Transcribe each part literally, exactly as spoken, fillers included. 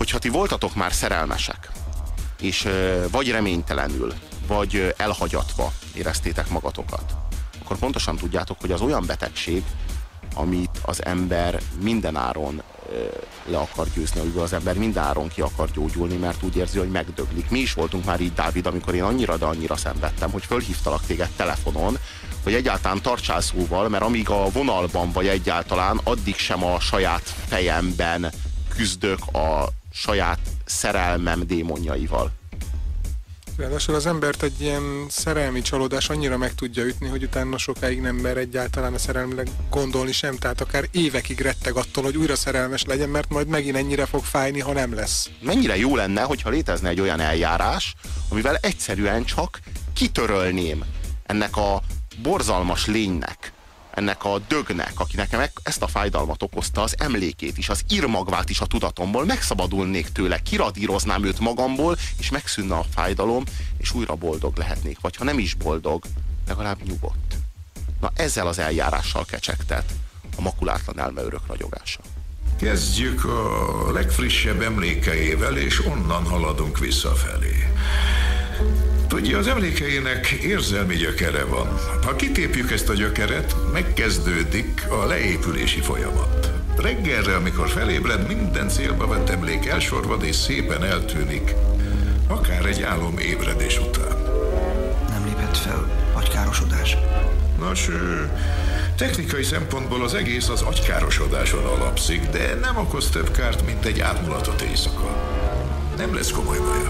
hogyha ti voltatok már szerelmesek, és vagy reménytelenül, vagy elhagyatva éreztétek magatokat, akkor pontosan tudjátok, hogy az olyan betegség, amit az ember mindenáron le akar győzni, amiből az ember mindenáron ki akar gyógyulni, mert úgy érzi, hogy megdöglik. Mi is voltunk már így, Dávid, amikor én annyira, de annyira szenvedtem, hogy fölhívtalak téged telefonon, hogy egyáltalán tartsál szóval, mert amíg a vonalban vagy egyáltalán, addig sem a saját fejemben küzdök a saját szerelmem démonjaival. Ráadásul az embert egy ilyen szerelmi csalódás annyira meg tudja ütni, hogy utána sokáig nem mer egyáltalán a szerelmre gondolni sem, tehát akár évekig retteg attól, hogy újra szerelmes legyen, mert majd megint ennyire fog fájni, ha nem lesz. Mennyire jó lenne, hogyha létezne egy olyan eljárás, amivel egyszerűen csak kitörölném ennek a borzalmas lénynek, ennek a dögnek, aki nekem ezt a fájdalmat okozta, az emlékét is, az írmagvát is a tudatomból, megszabadulnék tőle, kiradíroznám őt magamból, és megszűnne a fájdalom, és újra boldog lehetnék. Vagy ha nem is boldog, legalább nyugodt. Na ezzel az eljárással kecsegtet a makulátlan elme örök ragyogása. Kezdjük a legfrissebb emlékeivel, és onnan haladunk visszafelé. Tudja, az emlékeinek érzelmi gyökere van. Ha kitépjük ezt a gyökeret, megkezdődik a leépülési folyamat. Reggelre, amikor felébred, minden célba vett emlék elsorvad és szépen eltűnik, akár egy álom ébredés után. Nem lépett fel agykárosodás? Nos, technikai szempontból az egész az agykárosodáson alapszik, de nem okoz több kárt, mint egy átmulatott éjszaka. Nem lesz komoly baja.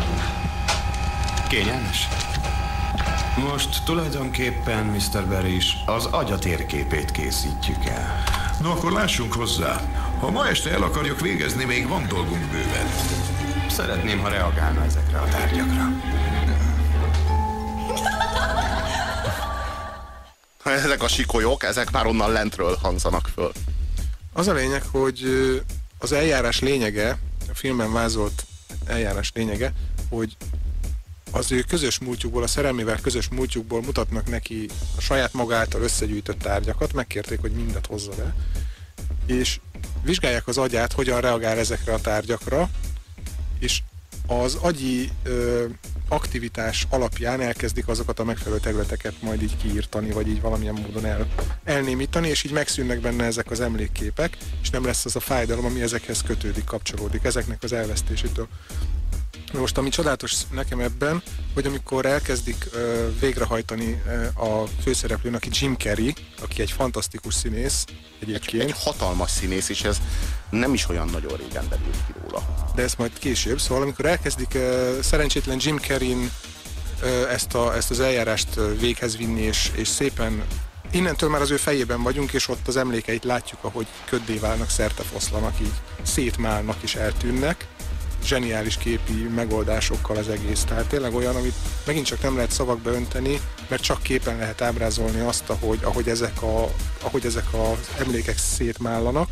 Kényelmes? Most tulajdonképpen, miszter Barry is az agya térképét készítjük el. No, akkor lássunk hozzá. Ha ma este el akarjuk végezni, még van dolgunk bőven. Szeretném, ha reagálna ezekre a tárgyakra. Ezek a sikolyok, ezek már onnan lentről hangzanak föl. Az a lényeg, hogy az eljárás lényege, a filmben vázolt eljárás lényege, hogy az ő közös múltjukból, a szerelmével közös múltjukból mutatnak neki a saját maga által összegyűjtött tárgyakat, megkérték, hogy mindet hozza be, és vizsgálják az agyát, hogyan reagál ezekre a tárgyakra, és az agyi ö, aktivitás alapján elkezdik azokat a megfelelő területeket majd így kiírtani, vagy így valamilyen módon el, elnémítani, és így megszűnnek benne ezek az emlékképek, és nem lesz az a fájdalom, ami ezekhez kötődik, kapcsolódik, ezeknek az elvesztésétől. Most ami csodálatos nekem ebben, hogy amikor elkezdik ö, végrehajtani ö, a főszereplőn, aki Jim Carrey, aki egy fantasztikus színész egyébként. Egy hatalmas színész, és ez nem is olyan nagyon régen derült ki róla. De ezt majd később, szóval amikor elkezdik ö, szerencsétlen Jim Carreyn ö, ezt, a, ezt az eljárást véghez vinni, és, és szépen innentől már az ő fejében vagyunk, és ott az emlékeit látjuk, ahogy köddé válnak, szertefoszlanak, így szétmálnak és eltűnnek. Zseniális képi megoldásokkal az egész. Tehát tényleg olyan, amit megint csak nem lehet szavakba önteni, mert csak képen lehet ábrázolni azt, ahogy, ahogy, ezek, a, ahogy ezek az emlékek szétmállanak.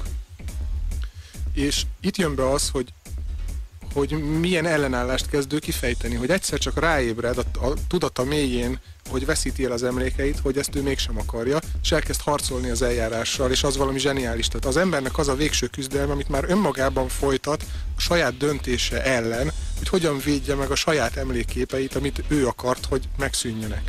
És itt jön be az, hogy, hogy milyen ellenállást kezdő kifejteni, hogy egyszer csak ráébred a, a tudata mélyén, hogy veszíti el az emlékeit, hogy ezt ő mégsem akarja, és elkezd harcolni az eljárással, és az valami zseniális. Tehát az embernek az a végső küzdelme, amit már önmagában folytat a saját döntése ellen, hogy hogyan védje meg a saját emlékképeit, amit ő akart, hogy megszűnjenek.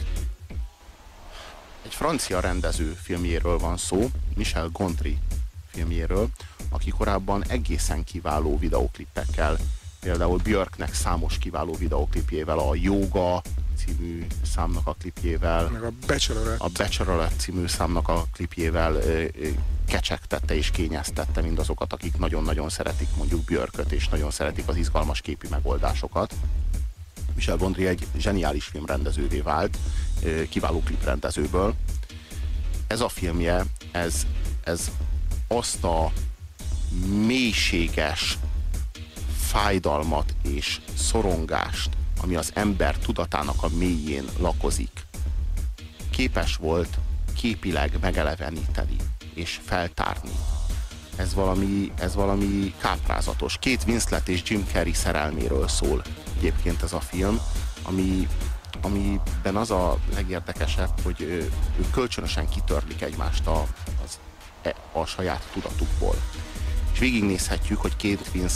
Egy francia rendező filmjéről van szó, Michel Gondry filmjéről, aki korábban egészen kiváló videóklippekkel, például Björknek számos kiváló videóklipjével, a Yoga című számnak a klipjével, meg a Bachelorette. a Bachelorette című számnak a klipjével ö, ö, kecsegtette és kényeztette mindazokat, akik nagyon-nagyon szeretik mondjuk Björköt, és nagyon szeretik az izgalmas képi megoldásokat. Michel Gondry egy zseniális filmrendezővé vált, ö, kiváló kliprendezőből. Ez a filmje, ez, ez azt a mélységes fájdalmat és szorongást, ami az ember tudatának a mélyén lakozik, képes volt képileg megeleveníteni és feltárni. Ez valami, ez valami káprázatos. Kate Winslet és Jim Carrey szerelméről szól egyébként ez a film, ami, amiben az a legérdekesebb, hogy ők kölcsönösen kitörlik egymást a, az, a saját tudatukból. És végignézhetjük, hogy Kate Winslet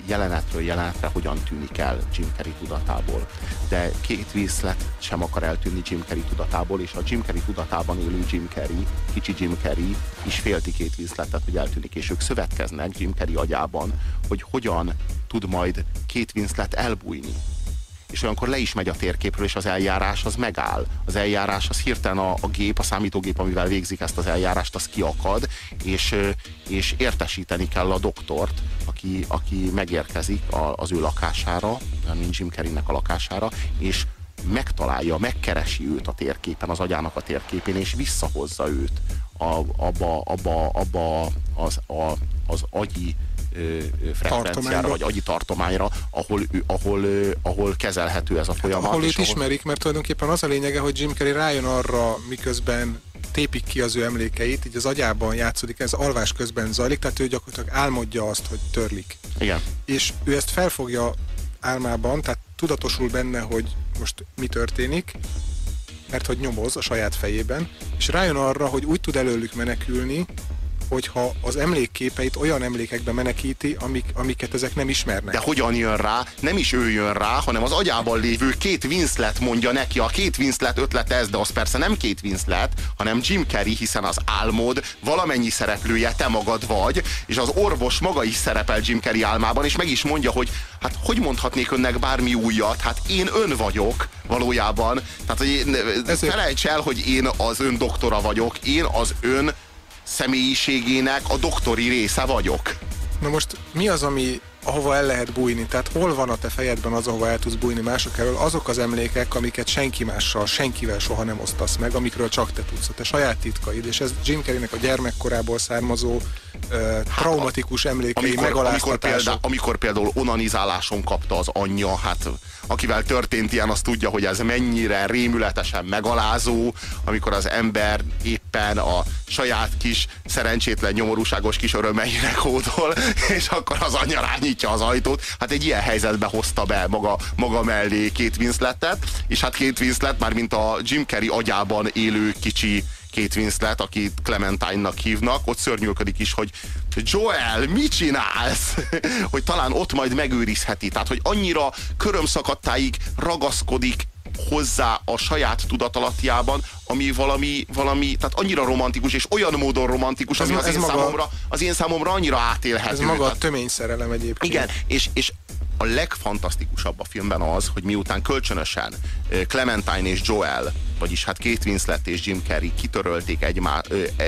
jelenetről jelenetre hogyan tűnik el Jim Carrey tudatából. De Kate Winslet sem akar eltűnni Jim Carrey tudatából, és a Jim Carrey tudatában élő Jim Carrey, kicsi Jim Carrey is félti Kate Winsletet, hogy eltűnik, és ők szövetkeznek Jim Carrey agyában, hogy hogyan tud majd Kate Winslet elbújni. És olyankor le is megy a térképről, és az eljárás az megáll. Az eljárás az hirtelen a, a gép, a számítógép, amivel végzik ezt az eljárást, az kiakad, és, és értesíteni kell a doktort, aki, aki megérkezik a, az ő lakására, mint Jim Carreynek a lakására, és megtalálja, megkeresi őt a térképen, az agyának a térképén, és visszahozza őt a, abba, abba, abba az, a, az agyi frekvenciára, vagy agyi tartományra, ahol, ahol, ahol kezelhető ez a folyamat. Ahol őt ahol... ismerik, mert tulajdonképpen az a lényege, hogy Jim Carrey rájön arra, miközben tépik ki az ő emlékeit, így az agyában játszódik, ez alvás közben zajlik, tehát ő gyakorlatilag álmodja azt, hogy törlik. Igen. És ő ezt felfogja álmában, tehát tudatosul benne, hogy most mi történik, mert hogy nyomoz a saját fejében, és rájön arra, hogy úgy tud előlük menekülni, hogyha az emlékképeit olyan emlékekbe menekíti, amik, amiket ezek nem ismernek. De hogyan jön rá? Nem is ő jön rá, hanem az agyában lévő Kate Winslet mondja neki. A Kate Winslet ötlete ez, de az persze nem Kate Winslet, hanem Jim Carrey, hiszen az álmod valamennyi szereplője te magad vagy, és az orvos maga is szerepel Jim Carrey álmában, és meg is mondja, hogy hát hogy mondhatnék önnek bármi újat? Hát én ön vagyok valójában. Tehát hogy én, Ezért... felejts el, hogy én az ön doktora vagyok, én az ön személyiségének a doktori része vagyok. Na most mi az, ami ahova el lehet bújni? Tehát hol van a te fejedben az, ahova el tudsz bújni mások elől? Azok az emlékek, amiket senki mással, senkivel soha nem osztasz meg, amikről csak te tudsz, a te saját titkaid, és ez Jim Carreynek a gyermekkorából származó uh, traumatikus emlékei, amikor, megaláztatások. Amikor például, amikor például onanizáláson kapta az anyja, hát akivel történt ilyen, az tudja, hogy ez mennyire rémületesen megalázó, amikor az ember éppen a saját kis szerencsétlen nyomorúságos kis örömeire kódol, és akkor az anyja rányítja az ajtót. Hát egy ilyen helyzetbe hozta be maga, maga mellé Kate Winsletet, és hát Kate Winslet, már mint a Jim Carrey agyában élő kicsi Kate Winslet, akit Clementine-nak hívnak, ott szörnyűködik is, hogy Joel, mit csinálsz? Hogy talán ott majd megőrizheti. Tehát, hogy annyira körömszakadtáig ragaszkodik hozzá a saját tudatalattiában, ami valami, valami, tehát annyira romantikus, és olyan módon romantikus, ami az én, maga, számomra, az én számomra annyira átélhető. Ez maga a tömény szerelem egyébként. Igen, és, és a legfantasztikusabb a filmben az, hogy miután kölcsönösen Clementine és Joel, vagyis hát Kate Winslet és Jim Carrey kitörölték egymá,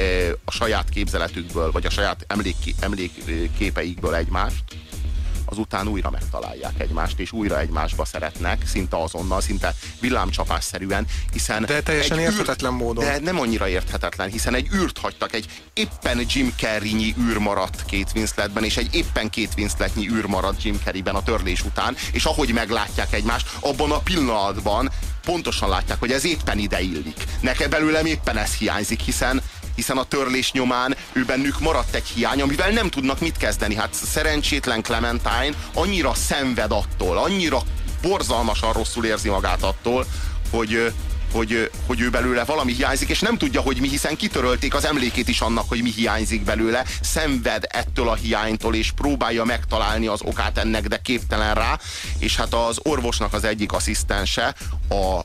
a saját képzeletükből, vagy a saját emlék, emlékképeikből egymást, azután újra megtalálják egymást, és újra egymásba szeretnek, szinte azonnal, szinte villámcsapásszerűen, hiszen... De teljesen érthetetlen űrt, módon. De nem annyira érthetetlen, hiszen egy űrt hagytak, egy éppen Jim Carrey-nyi űr maradt Kate Winsletben, és egy éppen Kate Winslet-nyi űr maradt Jim Carreyben a törlés után, és ahogy meglátják egymást, abban a pillanatban pontosan látják, hogy ez éppen ide illik. Nekem belőlem éppen ez hiányzik, hiszen hiszen a törlés nyomán ő bennük maradt egy hiány, amivel nem tudnak mit kezdeni. Hát szerencsétlen Clementine annyira szenved attól, annyira borzalmasan rosszul érzi magát attól, hogy, hogy, hogy ő belőle valami hiányzik, és nem tudja, hogy mi, hiszen kitörölték az emlékét is annak, hogy mi hiányzik belőle, szenved ettől a hiánytól, és próbálja megtalálni az okát ennek, de képtelen rá, és hát az orvosnak az egyik asszisztense, a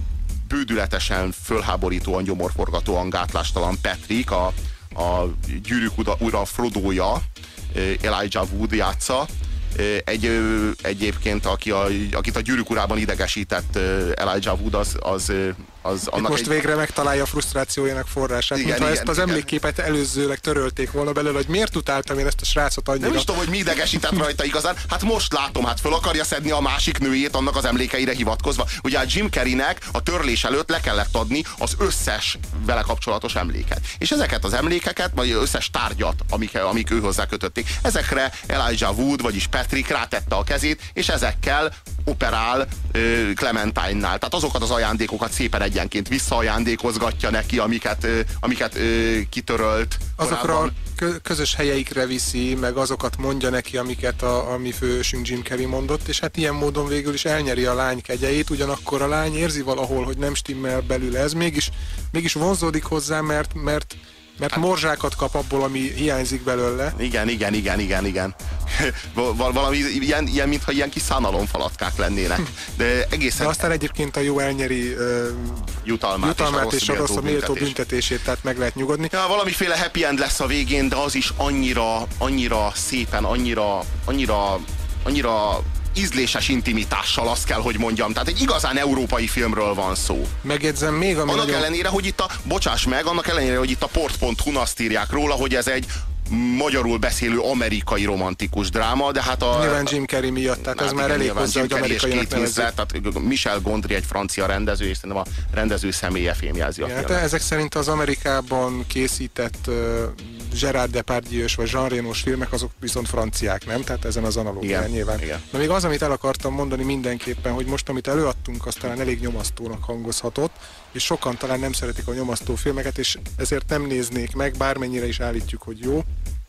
bődületesen, fölháborítóan, gyomorforgatóan gátlástalan Patrick, a, a Gyűrűk ura Frodója, Elijah Wood játsza, egy, egyébként, aki a, akit a Gyűrűk urában idegesített Elijah Wood, az, az, az annak most egy... végre megtalálja a frusztrációjának forrását, igen, mintha igen, ezt az igen. emlékképet előzőleg törölték volna belőle, hogy miért utáltam én ezt a srácot annyira. Nem is tudom, hogy mi idegesített rajta igazán. Hát most látom, hát föl akarja szedni a másik nőjét annak az emlékeire hivatkozva. Ugye a Jim Carreynek a törlés előtt le kellett adni az összes vele kapcsolatos emléket. És ezeket az emlékeket, vagy összes tárgyat, amik, amik ő hozzá kötötték, ezekre Elijah Wood, vagyis Patrick rátette a kezét, és ezekkel operál ö, Clementine-nál. Tehát azokat az ajándékokat szépen egyenként visszaajándékozgatja neki, amiket, ö, amiket ö, kitörölt. Azokra a közös helyeikre viszi, meg azokat mondja neki, amiket a, a mi főhősünk Jim Carrey mondott, és hát ilyen módon végül is elnyeri a lány kegyeit, ugyanakkor a lány érzi valahol, hogy nem stimmel belül ez, mégis, mégis vonzódik hozzá, mert, mert mert hát, morzsákat kap abból, ami hiányzik belőle. Igen, igen, igen, igen, igen. valami ilyen, ilyen, mintha ilyen kis szánalomfalatkák lennének. De egészen... De aztán egyébként a jó elnyeri uh, jutalmát, jutalmát és a rossz méltó büntetés. büntetését, tehát meg lehet nyugodni. Ja, valamiféle happy end lesz a végén, de az is annyira, annyira szépen, annyira, annyira, annyira ízléses intimitással, azt kell, hogy mondjam. Tehát egy igazán európai filmről van szó. Megjegyzem még, ami Annak nagyon... ellenére, hogy itt a, bocsáss meg, annak ellenére, hogy itt a port pont hu-n azt írják róla, hogy ez egy magyarul beszélő amerikai romantikus dráma, de hát a... Nyilván Jim Carrey miatt, tehát ez már elég hozzá, hogy amerikainak nevezzük. Tehát Michel Gondry egy francia rendező, és szerintem a rendező személye fémjelzi a filmet. Hát ezek szerint az Amerikában készített uh, Gerard Depardieu-s vagy Jean Reno-s filmek, azok viszont franciák, nem? Tehát ezen az analógián nyilván. Igen. Na még az, amit el akartam mondani mindenképpen, hogy most, amit előadtunk, az talán elég nyomasztónak hangozhatott, és sokan talán nem szeretik a nyomasztó filmeket, és ezért nem néznék meg, bármennyire is állítjuk, hogy jó.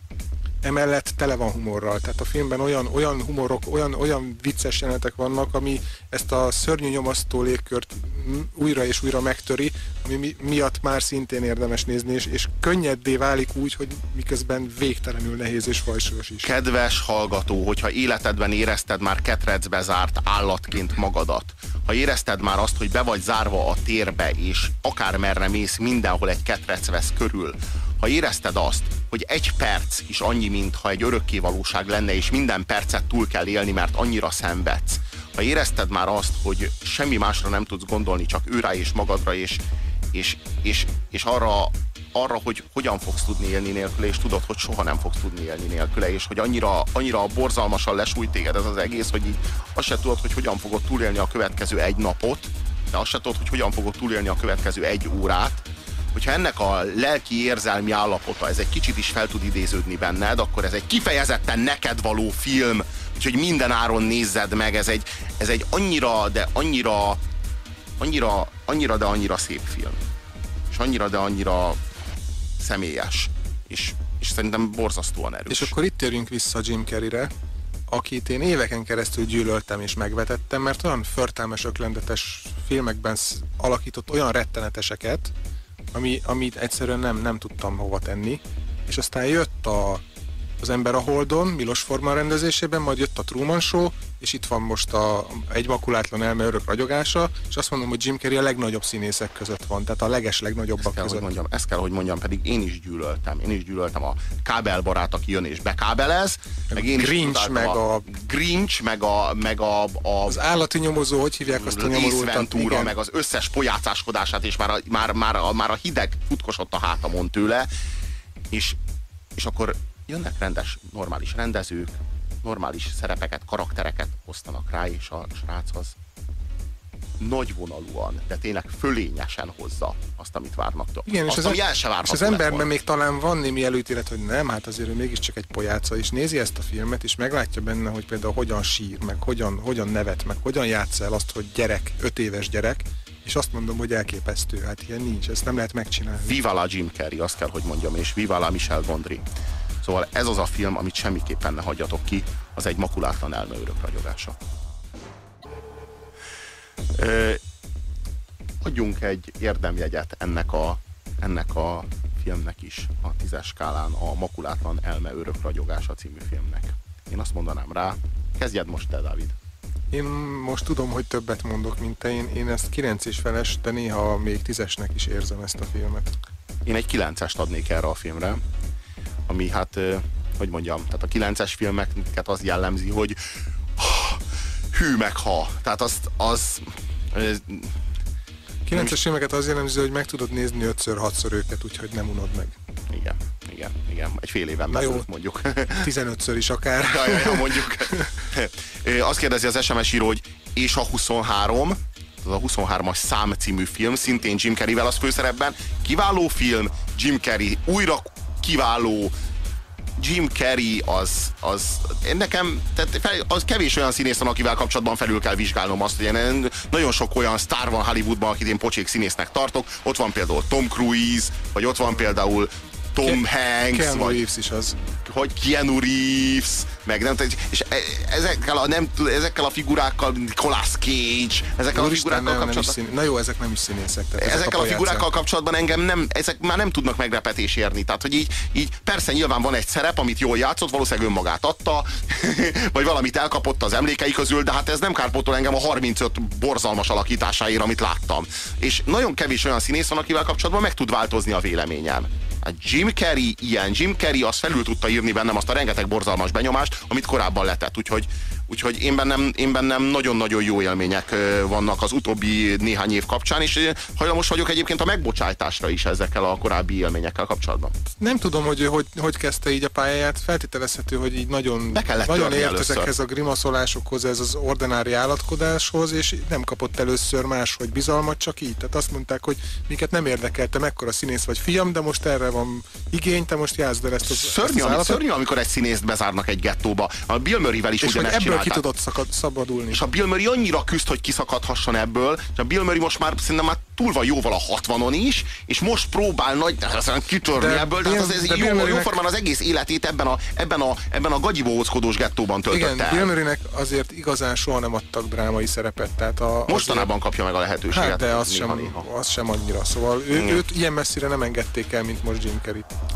Emellett tele van humorral, tehát a filmben olyan, olyan humorok, olyan, olyan vicces jelenetek vannak, ami ezt a szörnyű nyomasztó légkört újra és újra megtöri, ami mi, miatt már szintén érdemes nézni, és, és könnyeddé válik úgy, hogy miközben végtelenül nehéz és fajsúlyos is. Kedves hallgató, hogyha életedben érezted már ketrecbe zárt állatként magadat, ha érezted már azt, hogy be vagy zárva a térbe, és akármerre mész, mindenhol egy ketrec vesz körül, ha érezted azt, hogy egy perc is annyi, mintha egy örökkévalóság lenne, és minden percet túl kell élni, mert annyira szenvedsz, ha érezted már azt, hogy semmi másra nem tudsz gondolni, csak őrá és magadra, és, és, és, és arra, arra, hogy hogyan fogsz tudni élni nélküle, és tudod, hogy soha nem fogsz tudni élni nélküle, és hogy annyira, annyira borzalmasan lesújt téged ez az egész, hogy így azt se tudod, hogy hogyan fogod túlélni a következő egy napot, de azt se tudod, hogy hogyan fogod túlélni a következő egy órát. Hogyha ennek a lelki érzelmi állapota, ez egy kicsit is fel tud idéződni benned, akkor ez egy kifejezetten neked való film, úgyhogy minden áron nézzed meg, ez egy, ez egy annyira, de annyira, annyira, annyira, de annyira szép film. És annyira, de annyira személyes. És, és szerintem borzasztóan erős. És akkor itt térjünk vissza Jim Carreyre, akit én éveken keresztül gyűlöltem és megvetettem, mert olyan förtelmes, öklendetes filmekben alakított olyan retteneteseket, ami, amit egyszerűen nem, nem tudtam hova tenni. És aztán jött a, az Ember a Holdon, Milos Forman rendezésében, majd jött a Truman Show, és itt van most a Egy makulátlan elme örök ragyogása, és azt mondom, hogy Jim Carrey a legnagyobb színészek között van, tehát a leges legnagyobbak ezt között. Mondjam, ezt kell, hogy mondjam, pedig én is gyűlöltem. Én is gyűlöltem a kábelbarát, aki jön és bekábelez, meg én Grinch, is meg a... a Grinch, meg a... Meg a, a az állati nyomozó, hogy hívják azt a nyomorultat? Igen. Meg az összes pojácáskodását, és már a, már, már, a, már a hideg futkosott a hátamon tőle, és, és akkor jönnek rendes, normális rendezők, normális szerepeket, karaktereket osztanak rá, és a srác az nagyvonalúan, de tényleg fölényesen hozza azt, amit várnak tőle. Igen, azt, és, ami az, el se és az emberben még talán van némi előítélet, hogy nem, hát azért ő mégiscsak egy pojáca, és nézi ezt a filmet, és meglátja benne, hogy például hogyan sír, meg hogyan, hogyan nevet, meg hogyan játsz el azt, hogy gyerek, öt éves gyerek, és azt mondom, hogy elképesztő, hát ilyen nincs, ezt nem lehet megcsinálni. Viva la Jim Carrey, azt kell, hogy mondjam, és viva la Michel Gondry. Szóval ez az a film, amit semmiképpen ne hagyjatok ki, az Egy makulátlan elme örök ragyogása. Ö, adjunk egy érdemjegyet ennek a, ennek a filmnek is, a tízes skálán, a Makulátlan elme örök ragyogása című filmnek. Én azt mondanám rá, kezdjed most te, Dávid. Én most tudom, hogy többet mondok, mint te. Én, én ezt kilenc és feles, de néha még tízesnek is érzem ezt a filmet. Én egy kilencest adnék erre a filmre, ami hát, hogy mondjam, tehát a kilences filmeket az jellemzi, hogy hű meg ha. Tehát azt, az... kilences filmeket az jellemzi, hogy meg tudod nézni ötször, hatszor őket, úgyhogy nem unod meg. Igen, igen, igen. Egy fél éven belül mondjuk. tizenötször is akár. Ja, ja, ja, mondjuk. Azt kérdezi az es em es író, hogy és a huszonhárom, az a huszonhármas szám című film, szintén Jim Carreyvel az főszerepben. Kiváló film, Jim Carrey újra kiváló, Jim Carrey az, az nekem, tehát az kevés olyan színész van, akivel kapcsolatban felül kell vizsgálnom azt, hogy én, nagyon sok olyan sztár van Hollywoodban, akit én pocsék színésznek tartok. Ott van például Tom Cruise, vagy ott van például Tom Ke- Hanks, Keanu vagy Reeves is az. hogy Keanu Reeves, meg nem tudom, és ezekkel a, nem, ezekkel a figurákkal, Nicolas Cage, ezekkel Úristen, a figurákkal nem, nem is kapcsolatban... szín... Na jó, ezek nem is színészek. Tehát Ezekkel ezek a, a figurákkal kapcsolatban engem nem, ezek már nem tudnak meglepetés érni. Tehát, hogy így, így persze nyilván van egy szerep, amit jól játszott, valószínűleg önmagát adta, vagy valamit elkapott az emlékei közül, de hát ez nem kárpótol engem a harmincöt borzalmas alakításáért, amit láttam. És nagyon kevés olyan színész van, akivel kapcsolatban meg tud változni a véleményem. A Jim Carrey ilyen, Jim Carrey az felül tudta írni bennem azt a rengeteg borzalmas benyomást, amit korábban letett. Úgyhogy, úgyhogy én bennem, én bennem nagyon-nagyon jó élmények vannak az utóbbi néhány év kapcsán, és hajlamos vagyok egyébként a megbocsájtásra is ezekkel a korábbi élményekkel kapcsolatban. Nem tudom, hogy hogy, hogy kezdte így a pályáját, feltételezhető, hogy így nagyon, nagyon ért ezekhez a grimaszolásokhoz, ez az ordinári állatkodáshoz, és nem kapott először máshogy bizalmat, csak így. Tehát azt mondták, hogy minket nem érdekelte, mekkora színész vagy fiam, de most erre van igény, te most játszd el ezt az, szörnyű, ezt az szörnyű, amikor egy színészt bezárnak egy gettóba. A Bill Murrayvel is és ugyanezt ebből csinálták. ki tudott szakad, szabadulni. És a Bill Murray annyira küzd, hogy kiszakadhasson ebből, és a Bill Murray most már szerintem már túl van jóval a hatvanon is, és most próbál nagy kitörni de ebből, tehát az, ez jó, Murraynek... jóformán az egész életét ebben a, ebben a, ebben a gagyibózkodós gettóban töltötte Igen, el. Bill Murraynek azért igazán soha nem adtak drámai szerepet. Tehát a, Mostanában azért... kapja meg a lehetőséget. Hát, de az néha, sem, néha. az sem annyira. Szóval ő, őt ilyen messzire nem engedték el, mint most Jim Carrey-t.